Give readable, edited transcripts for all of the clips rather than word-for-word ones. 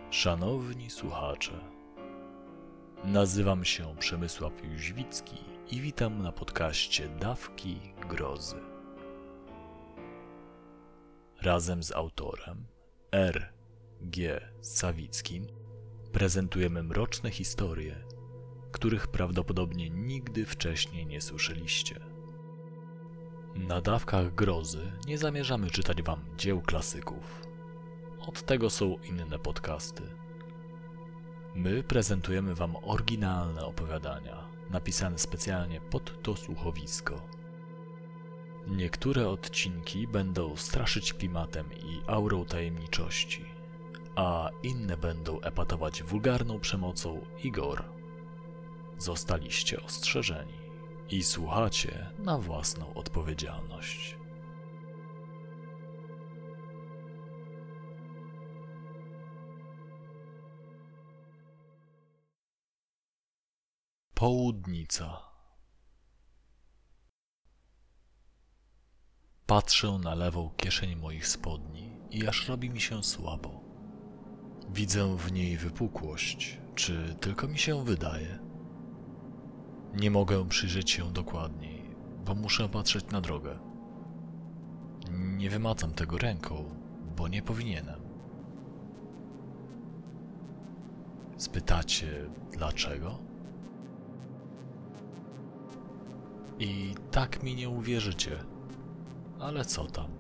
Szanowni słuchacze, nazywam się Przemysław Jóźwicki i witam na podcaście Dawki Grozy. Razem z autorem R. G. Sawickim prezentujemy mroczne historie, których prawdopodobnie nigdy wcześniej nie słyszeliście. Na Dawkach Grozy nie zamierzamy czytać wam dzieł klasyków. Od tego są inne podcasty. My prezentujemy wam oryginalne opowiadania, napisane specjalnie pod to słuchowisko. Niektóre odcinki będą straszyć klimatem i aurą tajemniczości, a inne będą epatować wulgarną przemocą i gore. Zostaliście ostrzeżeni i słuchacie na własną odpowiedzialność. Południca. Patrzę na lewą kieszeń moich spodni i aż robi mi się słabo. Widzę w niej wypukłość, czy tylko mi się wydaje? Nie mogę przyjrzeć się dokładniej, bo muszę patrzeć na drogę. Nie wymacam tego ręką, bo nie powinienem. Spytacie, dlaczego? I tak mi nie uwierzycie, ale co tam?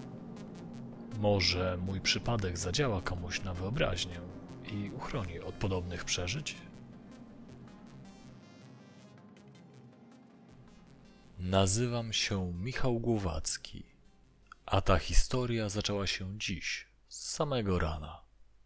Może mój przypadek zadziała komuś na wyobraźnię i uchroni od podobnych przeżyć? Nazywam się Michał Głowacki, a ta historia zaczęła się dziś, z samego rana.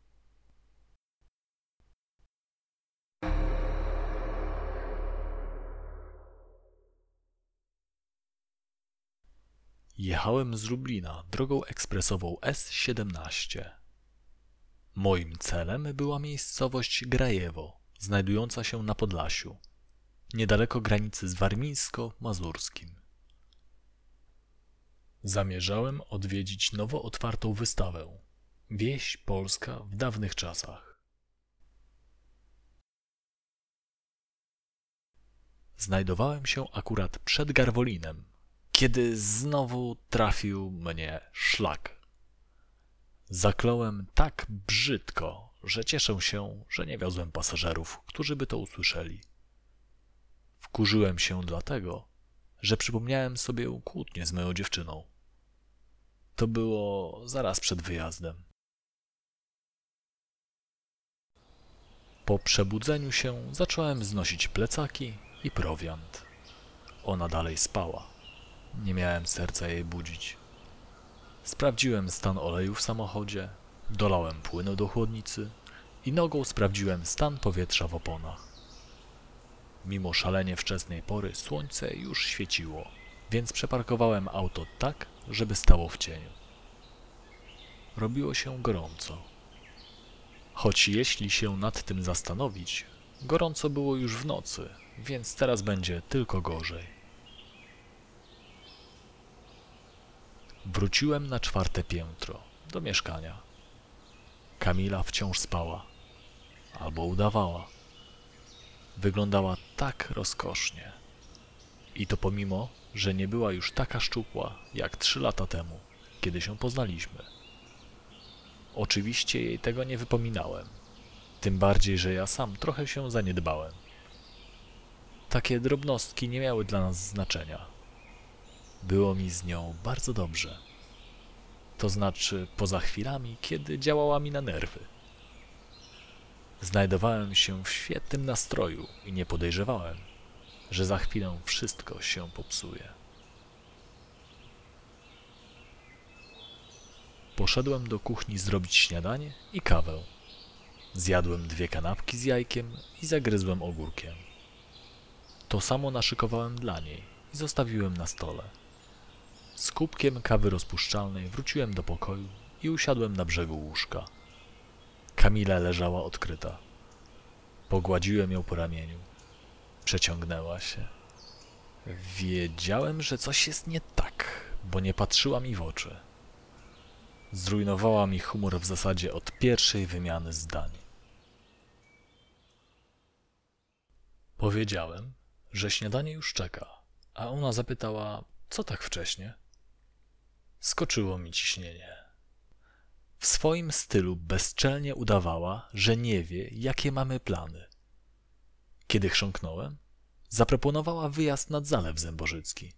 Jechałem z Lublina drogą ekspresową S17. Moim celem była miejscowość Grajewo, znajdująca się na Podlasiu, niedaleko granicy z warmińsko-mazurskim. Zamierzałem odwiedzić nowo otwartą wystawę Wieś Polska w dawnych czasach. Znajdowałem się akurat przed Garwolinem, kiedy znowu trafił mnie szlak. Zakląłem tak brzydko, że cieszę się, że nie wiozłem pasażerów, którzy by to usłyszeli. Wkurzyłem się dlatego, że przypomniałem sobie kłótnię z moją dziewczyną. To było zaraz przed wyjazdem. Po przebudzeniu się zacząłem znosić plecaki i prowiant. Ona dalej spała. Nie miałem serca jej budzić. Sprawdziłem stan oleju w samochodzie, dolałem płynu do chłodnicy i nogą sprawdziłem stan powietrza w oponach. Mimo szalenie wczesnej pory słońce już świeciło, więc przeparkowałem auto tak, żeby stało w cieniu. Robiło się gorąco. Choć jeśli się nad tym zastanowić, gorąco było już w nocy, więc teraz będzie tylko gorzej. Wróciłem na 4. piętro, do mieszkania. Kamila wciąż spała, albo udawała. Wyglądała tak rozkosznie. I to pomimo, że nie była już taka szczupła jak 3 lata temu, kiedy się poznaliśmy. Oczywiście jej tego nie wypominałem, tym bardziej, że ja sam trochę się zaniedbałem. Takie drobnostki nie miały dla nas znaczenia. Było mi z nią bardzo dobrze. To znaczy poza chwilami, kiedy działała mi na nerwy. Znajdowałem się w świetnym nastroju i nie podejrzewałem, że za chwilę wszystko się popsuje. Poszedłem do kuchni zrobić śniadanie i kawę. Zjadłem 2 kanapki z jajkiem i zagryzłem ogórkiem. To samo naszykowałem dla niej i zostawiłem na stole. Z kubkiem kawy rozpuszczalnej wróciłem do pokoju i usiadłem na brzegu łóżka. Kamila leżała odkryta. Pogładziłem ją po ramieniu. Przeciągnęła się. Wiedziałem, że coś jest nie tak, bo nie patrzyła mi w oczy. Zrujnowała mi humor w zasadzie od pierwszej wymiany zdań. Powiedziałem, że śniadanie już czeka, a ona zapytała, co tak wcześnie? Skoczyło mi ciśnienie. W swoim stylu bezczelnie udawała, że nie wie, jakie mamy plany. Kiedy chrząknąłem, zaproponowała wyjazd nad Zalew Zębożycki.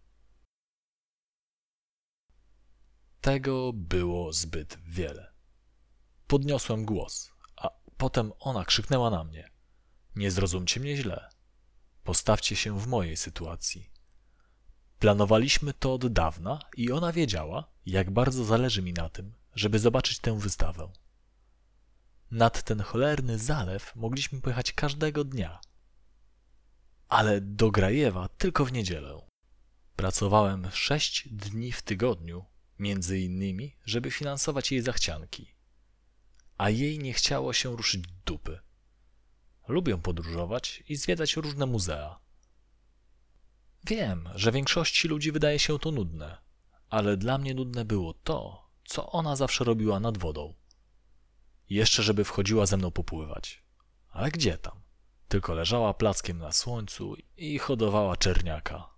Tego było zbyt wiele. Podniosłem głos, a potem ona krzyknęła na mnie. Nie zrozumcie mnie źle. Postawcie się w mojej sytuacji. Planowaliśmy to od dawna i ona wiedziała, jak bardzo zależy mi na tym, żeby zobaczyć tę wystawę. Nad ten cholerny zalew mogliśmy pojechać każdego dnia. Ale do Grajewa tylko w niedzielę. Pracowałem 6 dni w tygodniu, między innymi, żeby finansować jej zachcianki. A jej nie chciało się ruszyć dupy. Lubię podróżować i zwiedzać różne muzea. Wiem, że większości ludzi wydaje się to nudne, ale dla mnie nudne było to, co ona zawsze robiła nad wodą. Jeszcze żeby wchodziła ze mną popływać. Ale gdzie tam? Tylko leżała plackiem na słońcu i hodowała czerniaka.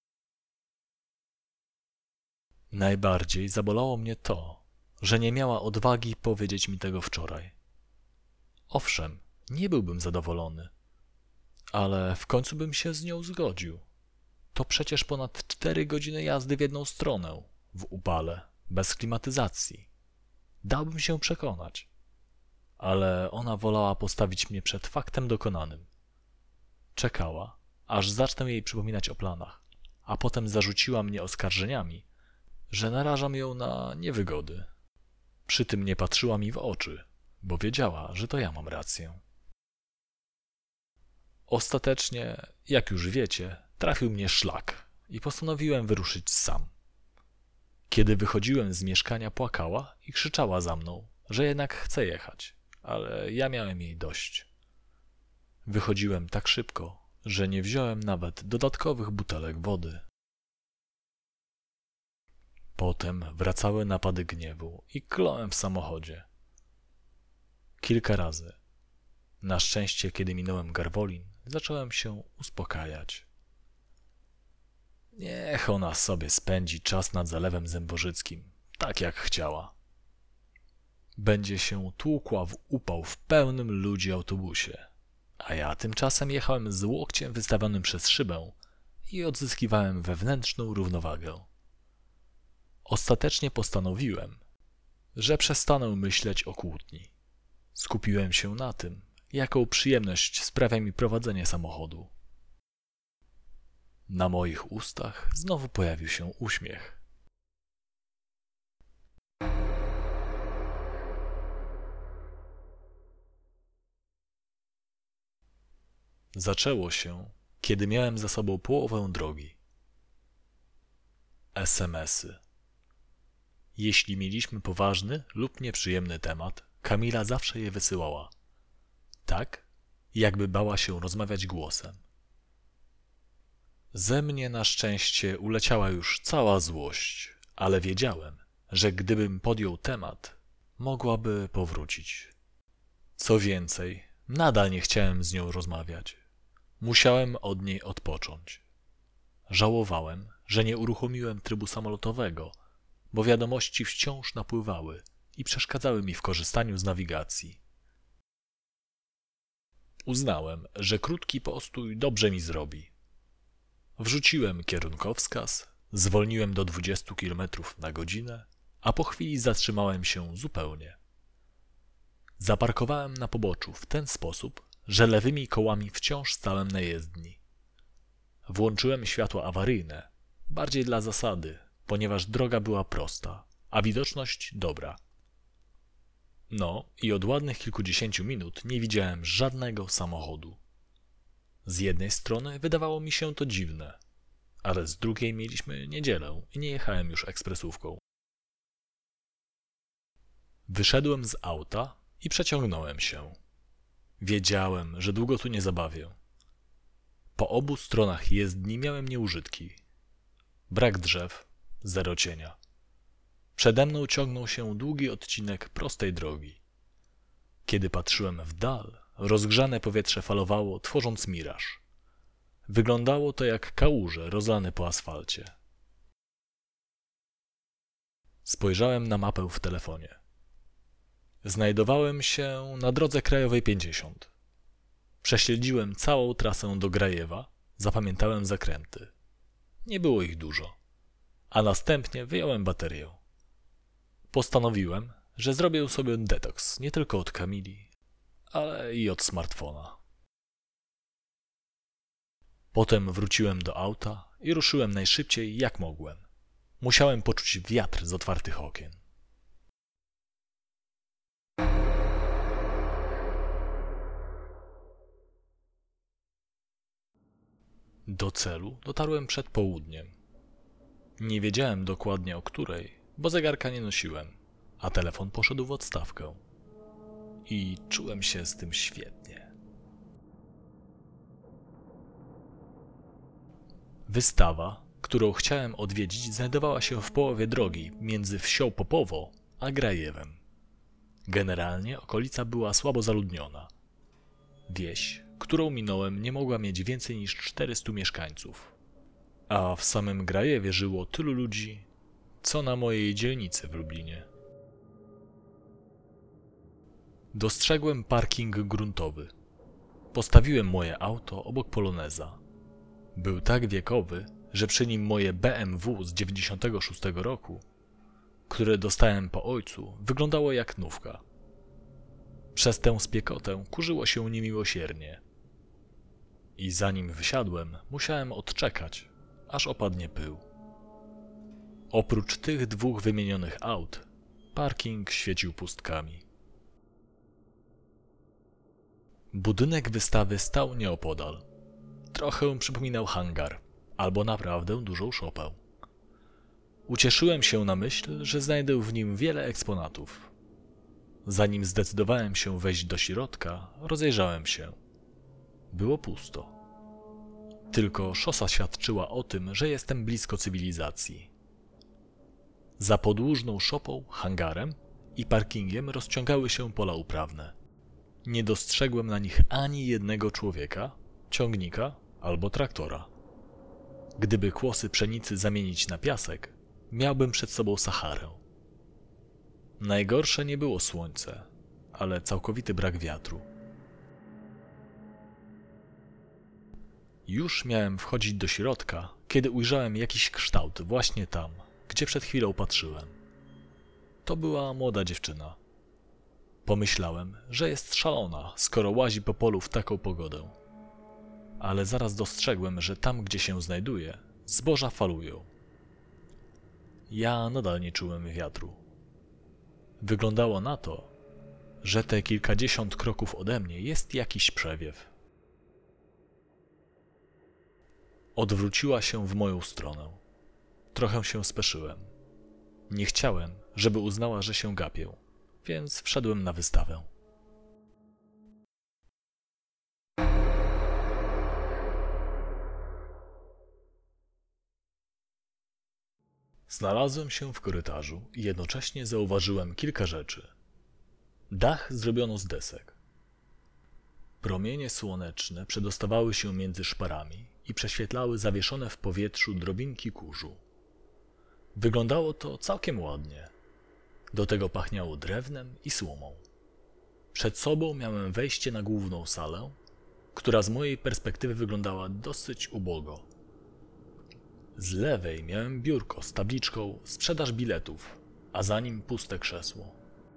Najbardziej zabolało mnie to, że nie miała odwagi powiedzieć mi tego wczoraj. Owszem, nie byłbym zadowolony, ale w końcu bym się z nią zgodził. To przecież ponad 4 godziny jazdy w jedną stronę, w upale, bez klimatyzacji. Dałbym się przekonać, ale ona wolała postawić mnie przed faktem dokonanym. Czekała, aż zacznę jej przypominać o planach, a potem zarzuciła mnie oskarżeniami, że narażam ją na niewygody. Przy tym nie patrzyła mi w oczy, bo wiedziała, że to ja mam rację. Ostatecznie, jak już wiecie, trafił mnie szlak i postanowiłem wyruszyć sam. Kiedy wychodziłem z mieszkania, płakała i krzyczała za mną, że jednak chce jechać, ale ja miałem jej dość. Wychodziłem tak szybko, że nie wziąłem nawet dodatkowych butelek wody. Potem wracały napady gniewu i kląłem w samochodzie. Kilka razy. Na szczęście, kiedy minąłem Garwolin, zacząłem się uspokajać. Niech ona sobie spędzi czas nad Zalewem Zębożyckim, tak jak chciała. Będzie się tłukła w upał w pełnym ludzi autobusie, a ja tymczasem jechałem z łokciem wystawionym przez szybę i odzyskiwałem wewnętrzną równowagę. Ostatecznie postanowiłem, że przestanę myśleć o kłótni. Skupiłem się na tym, jaką przyjemność sprawia mi prowadzenie samochodu. Na moich ustach znowu pojawił się uśmiech. Zaczęło się, kiedy miałem za sobą połowę drogi. SMS-y. Jeśli mieliśmy poważny lub nieprzyjemny temat, Kamila zawsze je wysyłała. Tak, jakby bała się rozmawiać głosem. Ze mnie na szczęście uleciała już cała złość, ale wiedziałem, że gdybym podjął temat, mogłaby powrócić. Co więcej, nadal nie chciałem z nią rozmawiać. Musiałem od niej odpocząć. Żałowałem, że nie uruchomiłem trybu samolotowego, bo wiadomości wciąż napływały i przeszkadzały mi w korzystaniu z nawigacji. Uznałem, że krótki postój dobrze mi zrobi. Wrzuciłem kierunkowskaz, zwolniłem do 20 km na godzinę, a po chwili zatrzymałem się zupełnie. Zaparkowałem na poboczu w ten sposób, że lewymi kołami wciąż stałem na jezdni. Włączyłem światła awaryjne, bardziej dla zasady, ponieważ droga była prosta, a widoczność dobra. No i od ładnych kilkudziesięciu minut nie widziałem żadnego samochodu. Z jednej strony wydawało mi się to dziwne, ale z drugiej mieliśmy niedzielę i nie jechałem już ekspresówką. Wyszedłem z auta i przeciągnąłem się. Wiedziałem, że długo tu nie zabawię. Po obu stronach jezdni miałem nieużytki. Brak drzew, zero cienia. Przede mną ciągnął się długi odcinek prostej drogi. Kiedy patrzyłem w dal, rozgrzane powietrze falowało, tworząc miraż. Wyglądało to jak kałuże rozlane po asfalcie. Spojrzałem na mapę w telefonie. Znajdowałem się na drodze krajowej 50. Prześledziłem całą trasę do Grajewa, zapamiętałem zakręty. Nie było ich dużo. A następnie wyjąłem baterię. Postanowiłem, że zrobię sobie detoks nie tylko od Kamili, ale i od smartfona. Potem wróciłem do auta i ruszyłem najszybciej jak mogłem. Musiałem poczuć wiatr z otwartych okien. Do celu dotarłem przed południem. Nie wiedziałem dokładnie o której, bo zegarka nie nosiłem, a telefon poszedł w odstawkę. I czułem się z tym świetnie. Wystawa, którą chciałem odwiedzić, znajdowała się w połowie drogi między wsią Popowo a Grajewem. Generalnie okolica była słabo zaludniona. Wieś, którą minąłem, nie mogła mieć więcej niż 400 mieszkańców. A w samym Grajewie żyło tylu ludzi, co na mojej dzielnicy w Lublinie. Dostrzegłem parking gruntowy. Postawiłem moje auto obok Poloneza. Był tak wiekowy, że przy nim moje BMW z 96 roku, które dostałem po ojcu, wyglądało jak nówka. Przez tę spiekotę kurzyło się niemiłosiernie. I zanim wysiadłem, musiałem odczekać, aż opadnie pył. Oprócz tych dwóch wymienionych aut, parking świecił pustkami. Budynek wystawy stał nieopodal. Trochę przypominał hangar, albo naprawdę dużą szopę. Ucieszyłem się na myśl, że znajdę w nim wiele eksponatów. Zanim zdecydowałem się wejść do środka, rozejrzałem się. Było pusto. Tylko szosa świadczyła o tym, że jestem blisko cywilizacji. Za podłużną szopą, hangarem i parkingiem rozciągały się pola uprawne. Nie dostrzegłem na nich ani jednego człowieka, ciągnika albo traktora. Gdyby kłosy pszenicy zamienić na piasek, miałbym przed sobą Saharę. Najgorsze nie było słońce, ale całkowity brak wiatru. Już miałem wchodzić do środka, kiedy ujrzałem jakiś kształt właśnie tam, gdzie przed chwilą patrzyłem. To była młoda dziewczyna. Pomyślałem, że jest szalona, skoro łazi po polu w taką pogodę. Ale zaraz dostrzegłem, że tam, gdzie się znajduje, zboża falują. Ja nadal nie czułem wiatru. Wyglądało na to, że te kilkadziesiąt kroków ode mnie jest jakiś przewiew. Odwróciła się w moją stronę. Trochę się speszyłem. Nie chciałem, żeby uznała, że się gapię, więc wszedłem na wystawę. Znalazłem się w korytarzu i jednocześnie zauważyłem kilka rzeczy. Dach zrobiono z desek. Promienie słoneczne przedostawały się między szparami i prześwietlały zawieszone w powietrzu drobinki kurzu. Wyglądało to całkiem ładnie. Do tego pachniało drewnem i słomą. Przed sobą miałem wejście na główną salę, która z mojej perspektywy wyglądała dosyć ubogo. Z lewej miałem biurko z tabliczką „Sprzedaż biletów”, a za nim puste krzesło.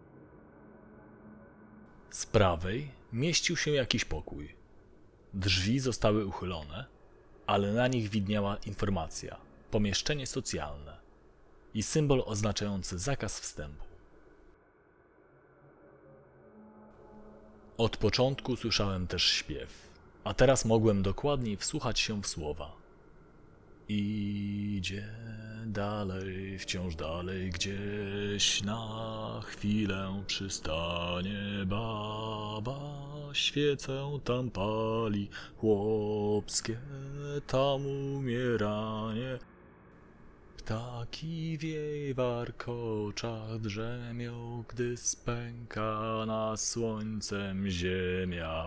Z prawej mieścił się jakiś pokój. Drzwi zostały uchylone, ale na nich widniała informacja „Pomieszczenie socjalne” i symbol oznaczający zakaz wstępu. Od początku słyszałem też śpiew, a teraz mogłem dokładniej wsłuchać się w słowa. Idzie dalej, wciąż dalej, gdzieś na chwilę przystanie baba, świecę tam pali, chłopskie tam umieranie. Taki wiej warkocza drzemią, gdy spęka nad słońcem ziemia.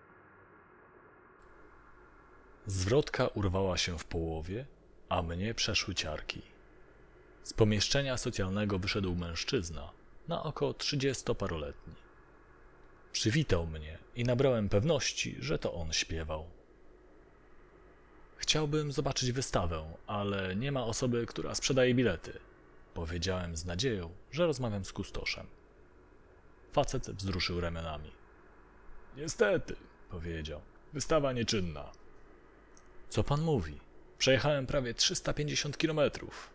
Zwrotka urwała się w połowie, a mnie przeszły ciarki. Z pomieszczenia socjalnego wyszedł mężczyzna, na oko 30-paroletni. Przywitał mnie i nabrałem pewności, że to on śpiewał. Chciałbym zobaczyć wystawę, ale nie ma osoby, która sprzedaje bilety. Powiedziałem z nadzieją, że rozmawiam z kustoszem. Facet wzruszył ramionami. Niestety, powiedział, wystawa nieczynna. Co pan mówi? Przejechałem prawie 350 kilometrów.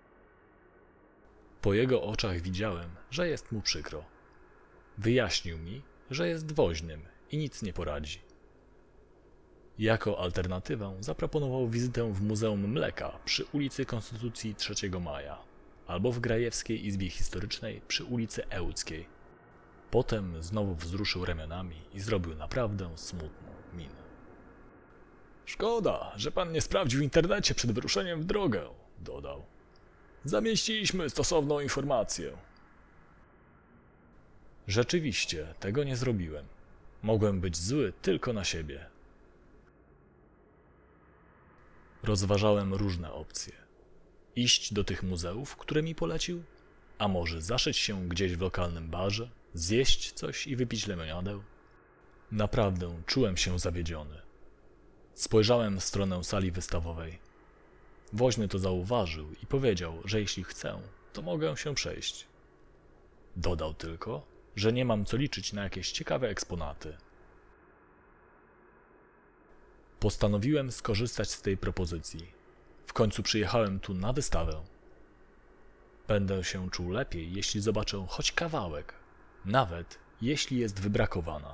Po jego oczach widziałem, że jest mu przykro. Wyjaśnił mi, że jest woźnym i nic nie poradzi. Jako alternatywę zaproponował wizytę w Muzeum Mleka przy ulicy Konstytucji 3 Maja albo w Grajewskiej Izbie Historycznej przy ulicy Ełckiej. Potem znowu wzruszył ramionami i zrobił naprawdę smutną minę. Szkoda, że pan nie sprawdził w internecie przed wyruszeniem w drogę, dodał. Zamieściliśmy stosowną informację. Rzeczywiście, tego nie zrobiłem. Mogłem być zły tylko na siebie. Rozważałem różne opcje. Iść do tych muzeów, które mi polecił? A może zaszyć się gdzieś w lokalnym barze, zjeść coś i wypić lemoniadę? Naprawdę czułem się zawiedziony. Spojrzałem w stronę sali wystawowej. Woźny to zauważył i powiedział, że jeśli chcę, to mogę się przejść. Dodał tylko, że nie mam co liczyć na jakieś ciekawe eksponaty. Postanowiłem skorzystać z tej propozycji. W końcu przyjechałem tu na wystawę. Będę się czuł lepiej, jeśli zobaczę choć kawałek, nawet jeśli jest wybrakowana.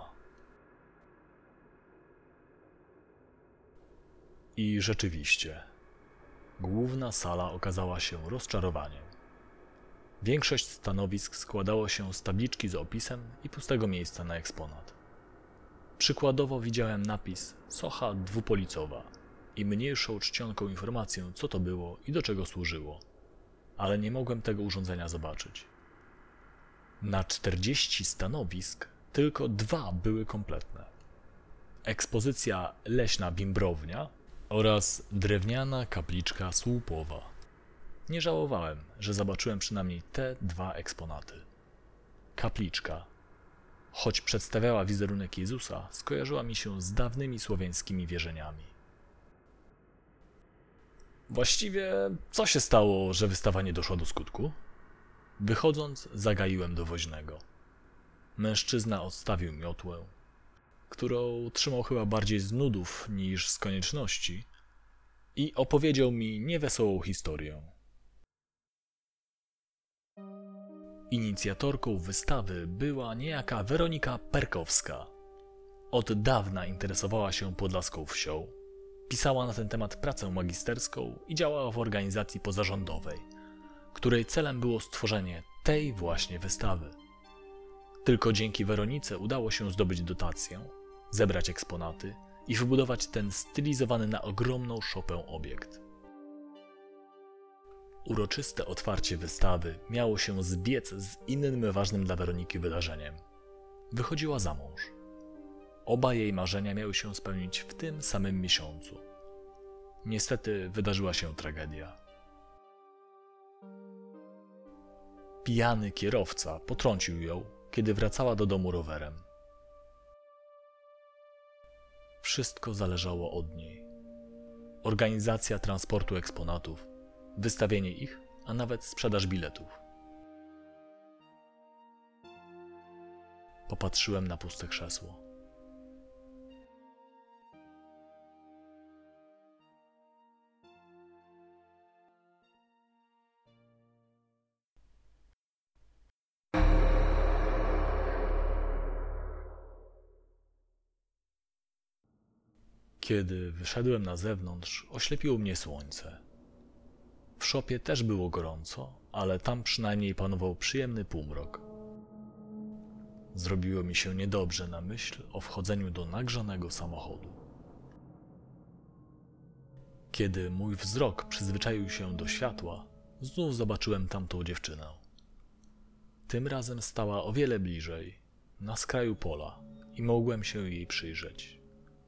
I rzeczywiście, główna sala okazała się rozczarowaniem. Większość stanowisk składało się z tabliczki z opisem i pustego miejsca na eksponat. Przykładowo widziałem napis socha dwupolicowa i mniejszą czcionką informację, co to było i do czego służyło, ale nie mogłem tego urządzenia zobaczyć. Na 40 stanowisk tylko 2 były kompletne. Ekspozycja leśna bimbrownia oraz drewniana kapliczka słupowa. Nie żałowałem, że zobaczyłem przynajmniej te 2 eksponaty. Kapliczka, choć przedstawiała wizerunek Jezusa, skojarzyła mi się z dawnymi słowiańskimi wierzeniami. Właściwie, co się stało, że wystawa nie doszła do skutku? Wychodząc, zagaiłem do woźnego. Mężczyzna odstawił miotłę, którą trzymał chyba bardziej z nudów niż z konieczności, i opowiedział mi niewesołą historię. Inicjatorką wystawy była niejaka Weronika Perkowska. Od dawna interesowała się podlaską wsią, pisała na ten temat pracę magisterską i działała w organizacji pozarządowej, której celem było stworzenie tej właśnie wystawy. Tylko dzięki Weronice udało się zdobyć dotację, zebrać eksponaty i wybudować ten stylizowany na ogromną szopę obiekt. Uroczyste otwarcie wystawy miało się zbiec z innym ważnym dla Weroniki wydarzeniem. Wychodziła za mąż. Oba jej marzenia miały się spełnić w tym samym miesiącu. Niestety wydarzyła się tragedia. Pijany kierowca potrącił ją, kiedy wracała do domu rowerem. Wszystko zależało od niej. Organizacja transportu eksponatów, wystawienie ich, a nawet sprzedaż biletów. Popatrzyłem na puste krzesło. Kiedy wyszedłem na zewnątrz, oślepiło mnie słońce. W szopie też było gorąco, ale tam przynajmniej panował przyjemny półmrok. Zrobiło mi się niedobrze na myśl o wchodzeniu do nagrzanego samochodu. Kiedy mój wzrok przyzwyczaił się do światła, znów zobaczyłem tamtą dziewczynę. Tym razem stała o wiele bliżej, na skraju pola i mogłem się jej przyjrzeć.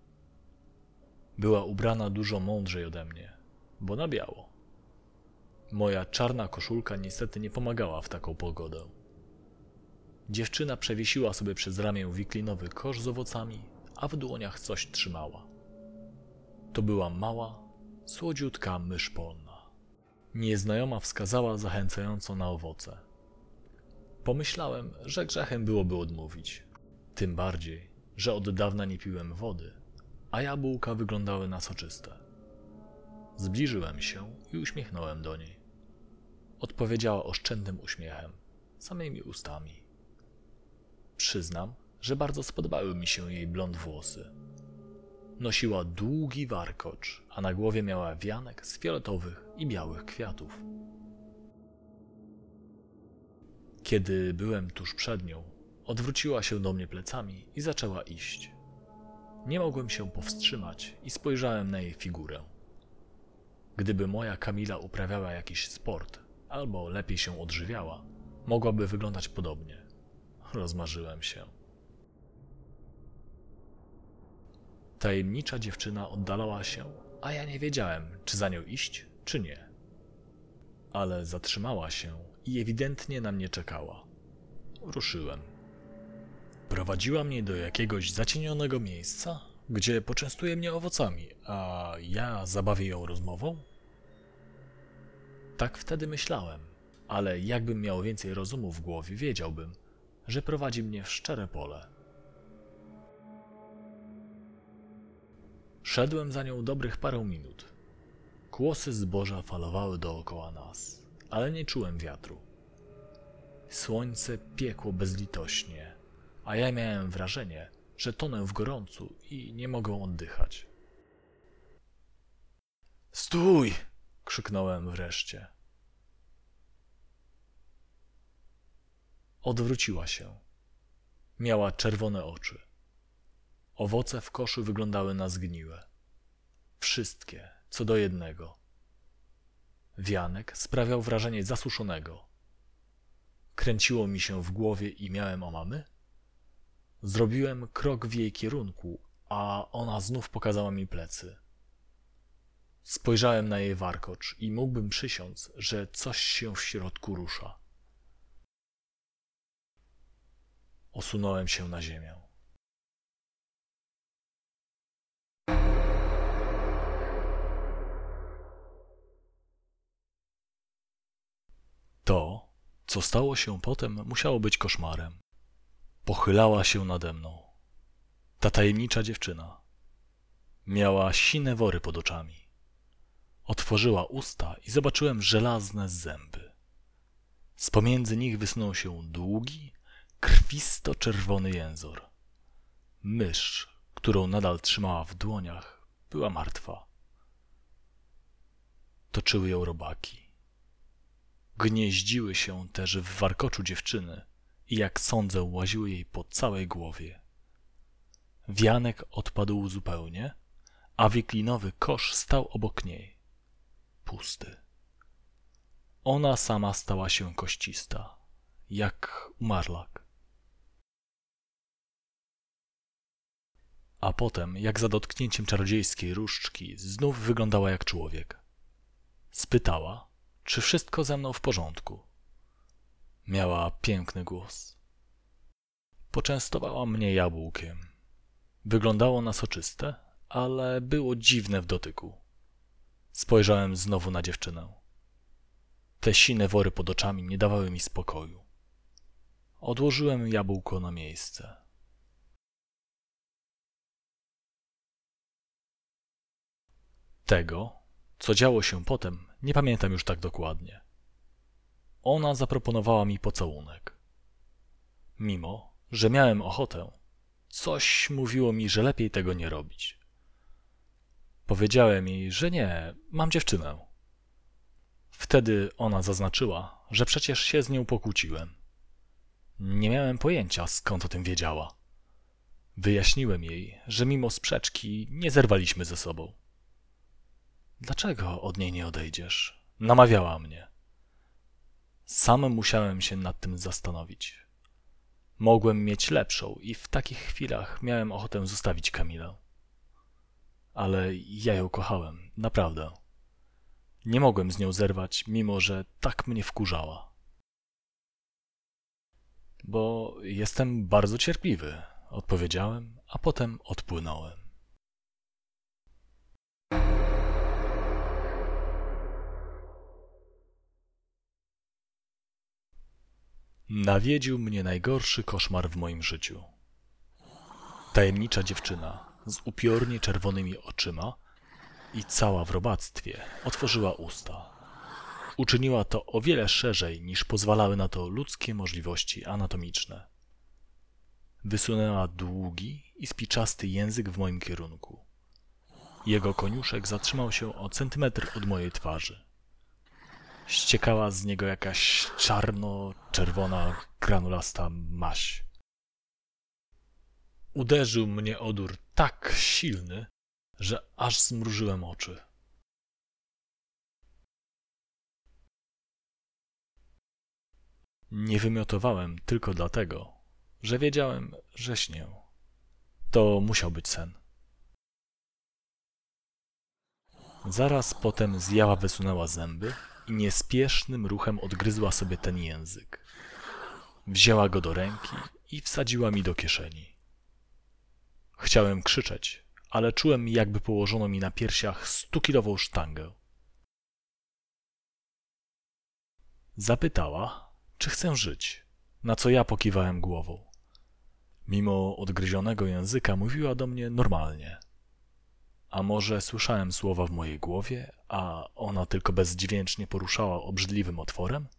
Była ubrana dużo mądrzej ode mnie, bo na biało. Moja czarna koszulka niestety nie pomagała w taką pogodę. Dziewczyna przewiesiła sobie przez ramię wiklinowy kosz z owocami, a w dłoniach coś trzymała. To była mała, słodziutka mysz polna. Nieznajoma wskazała zachęcająco na owoce. Pomyślałem, że grzechem byłoby odmówić. Tym bardziej, że od dawna nie piłem wody, a jabłka wyglądały na soczyste. Zbliżyłem się i uśmiechnąłem do niej. Odpowiedziała oszczędnym uśmiechem, samymi ustami. Przyznam, że bardzo spodobały mi się jej blond włosy. Nosiła długi warkocz, a na głowie miała wianek z fioletowych i białych kwiatów. Kiedy byłem tuż przed nią, odwróciła się do mnie plecami i zaczęła iść. Nie mogłem się powstrzymać i spojrzałem na jej figurę. Gdyby moja Kamila uprawiała jakiś sport, albo lepiej się odżywiała, mogłaby wyglądać podobnie. Rozmarzyłem się. Tajemnicza dziewczyna oddalała się, a ja nie wiedziałem, czy za nią iść, czy nie. Ale zatrzymała się i ewidentnie na mnie czekała. Ruszyłem. Prowadziła mnie do jakiegoś zacienionego miejsca, gdzie poczęstuje mnie owocami, a ja zabawię ją rozmową? Tak wtedy myślałem, ale jakbym miał więcej rozumu w głowie, wiedziałbym, że prowadzi mnie w szczere pole. Szedłem za nią dobrych parę minut. Kłosy zboża falowały dookoła nas, ale nie czułem wiatru. Słońce piekło bezlitośnie, a ja miałem wrażenie, że tonę w gorącu i nie mogę oddychać. Stój! Krzyknąłem wreszcie. Odwróciła się. Miała czerwone oczy. Owoce w koszu wyglądały na zgniłe. Wszystkie, co do jednego. Wianek sprawiał wrażenie zasuszonego. Kręciło mi się w głowie i miałem omamy? Zrobiłem krok w jej kierunku, a ona znów pokazała mi plecy. Spojrzałem na jej warkocz i mógłbym przysiąc, że coś się w środku rusza. Osunąłem się na ziemię. To, co stało się potem, musiało być koszmarem. Pochylała się nade mną. Ta tajemnicza dziewczyna. Miała sine wory pod oczami. Otworzyła usta i zobaczyłem żelazne zęby. Z pomiędzy nich wysunął się długi, krwisto-czerwony jęzor. Mysz, którą nadal trzymała w dłoniach, była martwa. Toczyły ją robaki. Gnieździły się też w warkoczu dziewczyny i jak sądzę łaziły jej po całej głowie. Wianek odpadł zupełnie, a wiklinowy kosz stał obok niej. Pusty. Ona sama stała się koścista, jak umarlak. A potem, jak za dotknięciem czarodziejskiej różdżki, znów wyglądała jak człowiek. Spytała, czy wszystko ze mną w porządku. Miała piękny głos. Poczęstowała mnie jabłkiem. Wyglądało na soczyste, ale było dziwne w dotyku. Spojrzałem znowu na dziewczynę. Te sine wory pod oczami nie dawały mi spokoju. Odłożyłem jabłko na miejsce. Tego, co działo się potem, nie pamiętam już tak dokładnie. Ona zaproponowała mi pocałunek. Mimo, że miałem ochotę, coś mówiło mi, że lepiej tego nie robić. Powiedziałem jej, że nie, mam dziewczynę. Wtedy ona zaznaczyła, że przecież się z nią pokłóciłem. Nie miałem pojęcia, skąd o tym wiedziała. Wyjaśniłem jej, że mimo sprzeczki nie zerwaliśmy ze sobą. Dlaczego od niej nie odejdziesz? Namawiała mnie. Sam musiałem się nad tym zastanowić. Mogłem mieć lepszą i w takich chwilach miałem ochotę zostawić Kamilę. Ale ja ją kochałem, naprawdę. Nie mogłem z nią zerwać, mimo że tak mnie wkurzała. Bo jestem bardzo cierpliwy, odpowiedziałem, a potem odpłynąłem. Nawiedził mnie najgorszy koszmar w moim życiu. Tajemnicza dziewczyna z upiornie czerwonymi oczyma i cała w robactwie otworzyła usta. Uczyniła to o wiele szerzej, niż pozwalały na to ludzkie możliwości anatomiczne. Wysunęła długi i spiczasty język w moim kierunku. Jego koniuszek zatrzymał się o centymetr od mojej twarzy. Ściekała z niego jakaś czarno-czerwona, granulasta maź. Uderzył mnie odór tak silny, że aż zmrużyłem oczy. Nie wymiotowałem tylko dlatego, że wiedziałem, że śnię. To musiał być sen. Zaraz potem zjawa wysunęła zęby i niespiesznym ruchem odgryzła sobie ten język. Wzięła go do ręki i wsadziła mi do kieszeni. Chciałem krzyczeć, ale czułem, jakby położono mi na piersiach 100-kilową sztangę. Zapytała, czy chcę żyć, na co ja pokiwałem głową. Mimo odgryzionego języka mówiła do mnie normalnie. A może słyszałem słowa w mojej głowie, a ona tylko bezdźwięcznie poruszała obrzydliwym otworem?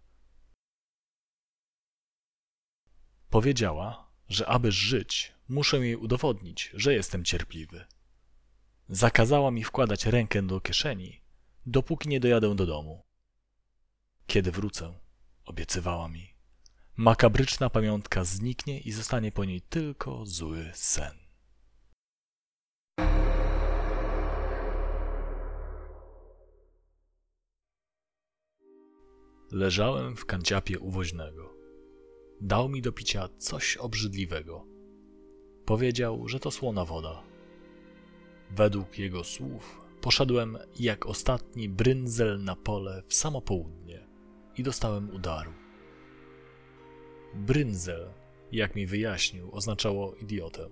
Powiedziała, że aby żyć, muszę jej udowodnić, że jestem cierpliwy. Zakazała mi wkładać rękę do kieszeni, dopóki nie dojadę do domu. Kiedy wrócę, obiecywała mi, makabryczna pamiątka zniknie i zostanie po niej tylko zły sen. Leżałem w kanciapie u woźnego. Dał mi do picia coś obrzydliwego. Powiedział, że to słona woda. Według jego słów poszedłem jak ostatni bryndzel na pole w samo południe i dostałem udaru. Bryndzel, jak mi wyjaśnił, oznaczało idiotę.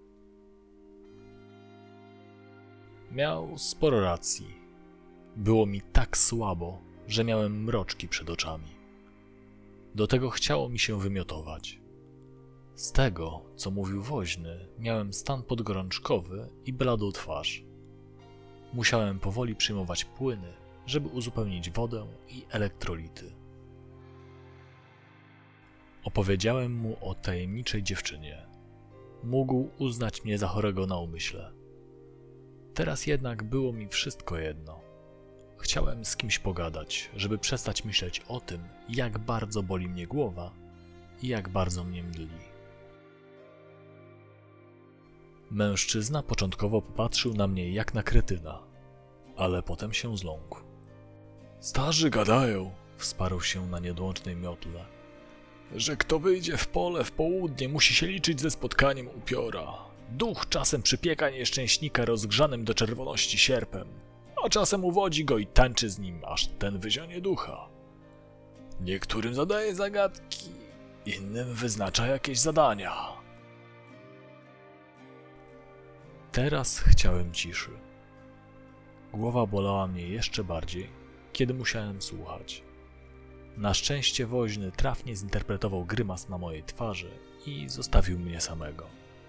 Miał sporo racji. Było mi tak słabo, że miałem mroczki przed oczami. Do tego chciało mi się wymiotować. Z tego, co mówił woźny, miałem stan podgorączkowy i bladą twarz. Musiałem powoli przyjmować płyny, żeby uzupełnić wodę i elektrolity. Opowiedziałem mu o tajemniczej dziewczynie. Mógł uznać mnie za chorego na umyśle. Teraz jednak było mi wszystko jedno. Chciałem z kimś pogadać, żeby przestać myśleć o tym, jak bardzo boli mnie głowa i jak bardzo mnie mdli. Mężczyzna początkowo popatrzył na mnie jak na kretyna, ale potem się zląkł. Starzy gadają, wsparł się na nieodłącznej miotle, że kto wyjdzie w pole w południe, musi się liczyć ze spotkaniem upiora. Duch czasem przypieka nieszczęśnika rozgrzanym do czerwoności sierpem, a czasem uwodzi go i tańczy z nim, aż ten wyzionie ducha. Niektórym zadaje zagadki, innym wyznacza jakieś zadania. Teraz chciałem ciszy. Głowa bolała mnie jeszcze bardziej, kiedy musiałem słuchać. Na szczęście woźny trafnie zinterpretował grymas na mojej twarzy i zostawił mnie samego.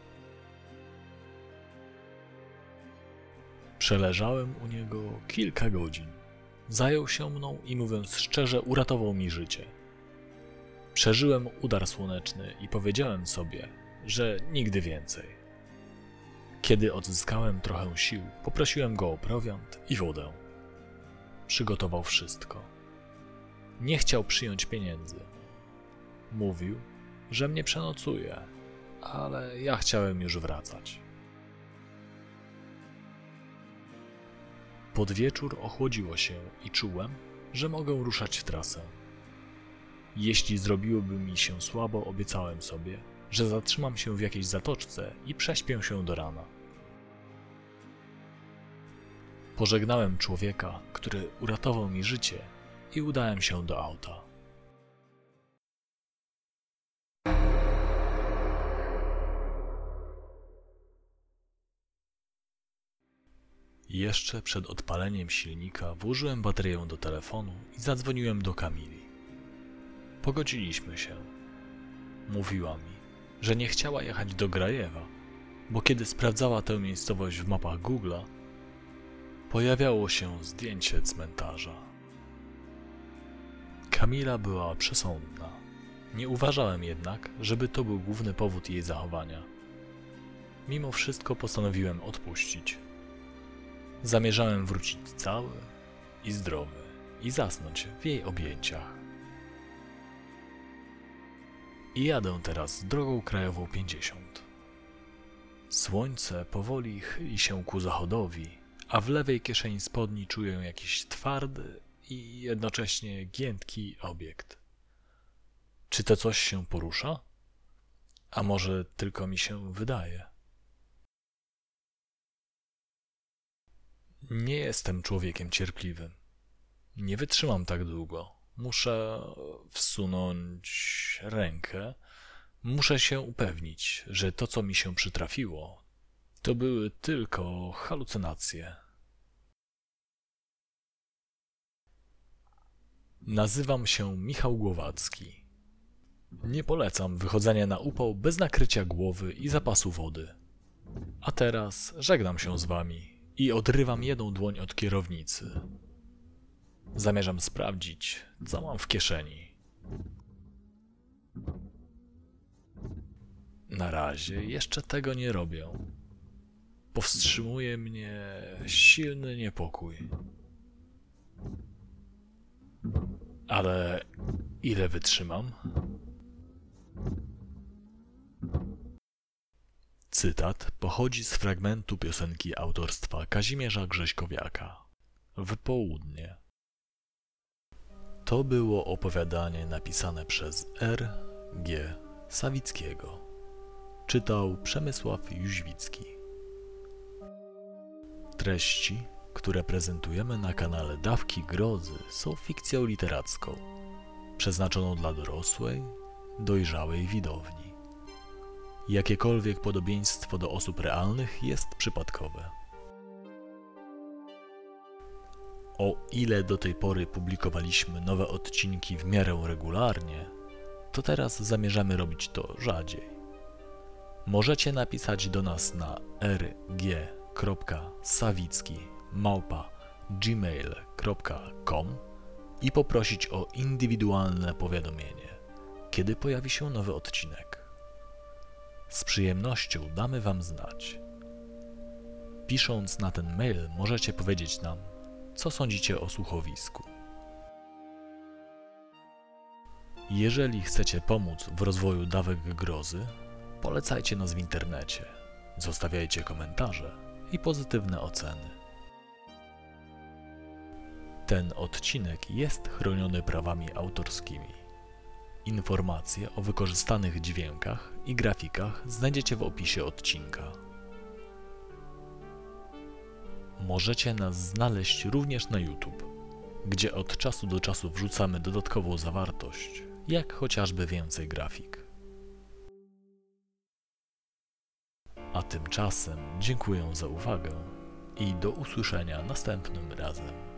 Przeleżałem u niego kilka godzin. Zajął się mną i mówiąc szczerze, uratował mi życie. Przeżyłem udar słoneczny i powiedziałem sobie, że nigdy więcej. Kiedy odzyskałem trochę sił, poprosiłem go o prowiant i wodę. Przygotował wszystko. Nie chciał przyjąć pieniędzy. Mówił, że mnie przenocuje, ale ja chciałem już wracać. Pod wieczór ochłodziło się i czułem, że mogę ruszać w trasę. Jeśli zrobiłoby mi się słabo, obiecałem sobie, że zatrzymam się w jakiejś zatoczce i prześpię się do rana. Pożegnałem człowieka, który uratował mi życie i udałem się do auta. Jeszcze przed odpaleniem silnika włożyłem baterię do telefonu i zadzwoniłem do Kamili. Pogodziliśmy się. Mówiła mi, że nie chciała jechać do Grajewa, bo kiedy sprawdzała tę miejscowość w mapach Google'a, pojawiało się zdjęcie cmentarza. Kamila była przesądna. Nie uważałem jednak, żeby to był główny powód jej zachowania. Mimo wszystko postanowiłem odpuścić. Zamierzałem wrócić cały i zdrowy i zasnąć w jej objęciach. I jadę teraz drogą krajową 50. Słońce powoli chyli się ku zachodowi, a w lewej kieszeni spodni czuję jakiś twardy i jednocześnie giętki obiekt. Czy to coś się porusza? A może tylko mi się wydaje? Nie jestem człowiekiem cierpliwym. Nie wytrzymam tak długo. Muszę wsunąć rękę. Muszę się upewnić, że to, co mi się przytrafiło, to były tylko halucynacje. Nazywam się Michał Głowacki. Nie polecam wychodzenia na upał bez nakrycia głowy i zapasu wody. A teraz żegnam się z wami i odrywam jedną dłoń od kierownicy. Zamierzam sprawdzić, co mam w kieszeni. Na razie jeszcze tego nie robię. Powstrzymuje mnie silny niepokój. Ale ile wytrzymam? Cytat pochodzi z fragmentu piosenki autorstwa Kazimierza Grześkowiaka. W południe. To było opowiadanie napisane przez R. G. Sawickiego. Czytał Przemysław Jóźwicki. Treści, które prezentujemy na kanale Dawki Grozy, są fikcją literacką, przeznaczoną dla dorosłej, dojrzałej widowni. Jakiekolwiek podobieństwo do osób realnych jest przypadkowe. O ile do tej pory publikowaliśmy nowe odcinki w miarę regularnie, to teraz zamierzamy robić to rzadziej. Możecie napisać do nas na rg.sawicki@gmail.com i poprosić o indywidualne powiadomienie, kiedy pojawi się nowy odcinek. Z przyjemnością damy wam znać. Pisząc na ten mail możecie powiedzieć nam, co sądzicie o słuchowisku. Jeżeli chcecie pomóc w rozwoju Dawek Grozy, polecajcie nas w internecie, zostawiajcie komentarze i pozytywne oceny. Ten odcinek jest chroniony prawami autorskimi. Informacje o wykorzystanych dźwiękach i grafikach znajdziecie w opisie odcinka. Możecie nas znaleźć również na YouTube, gdzie od czasu do czasu wrzucamy dodatkową zawartość, jak chociażby więcej grafik. A tymczasem dziękuję za uwagę i do usłyszenia następnym razem.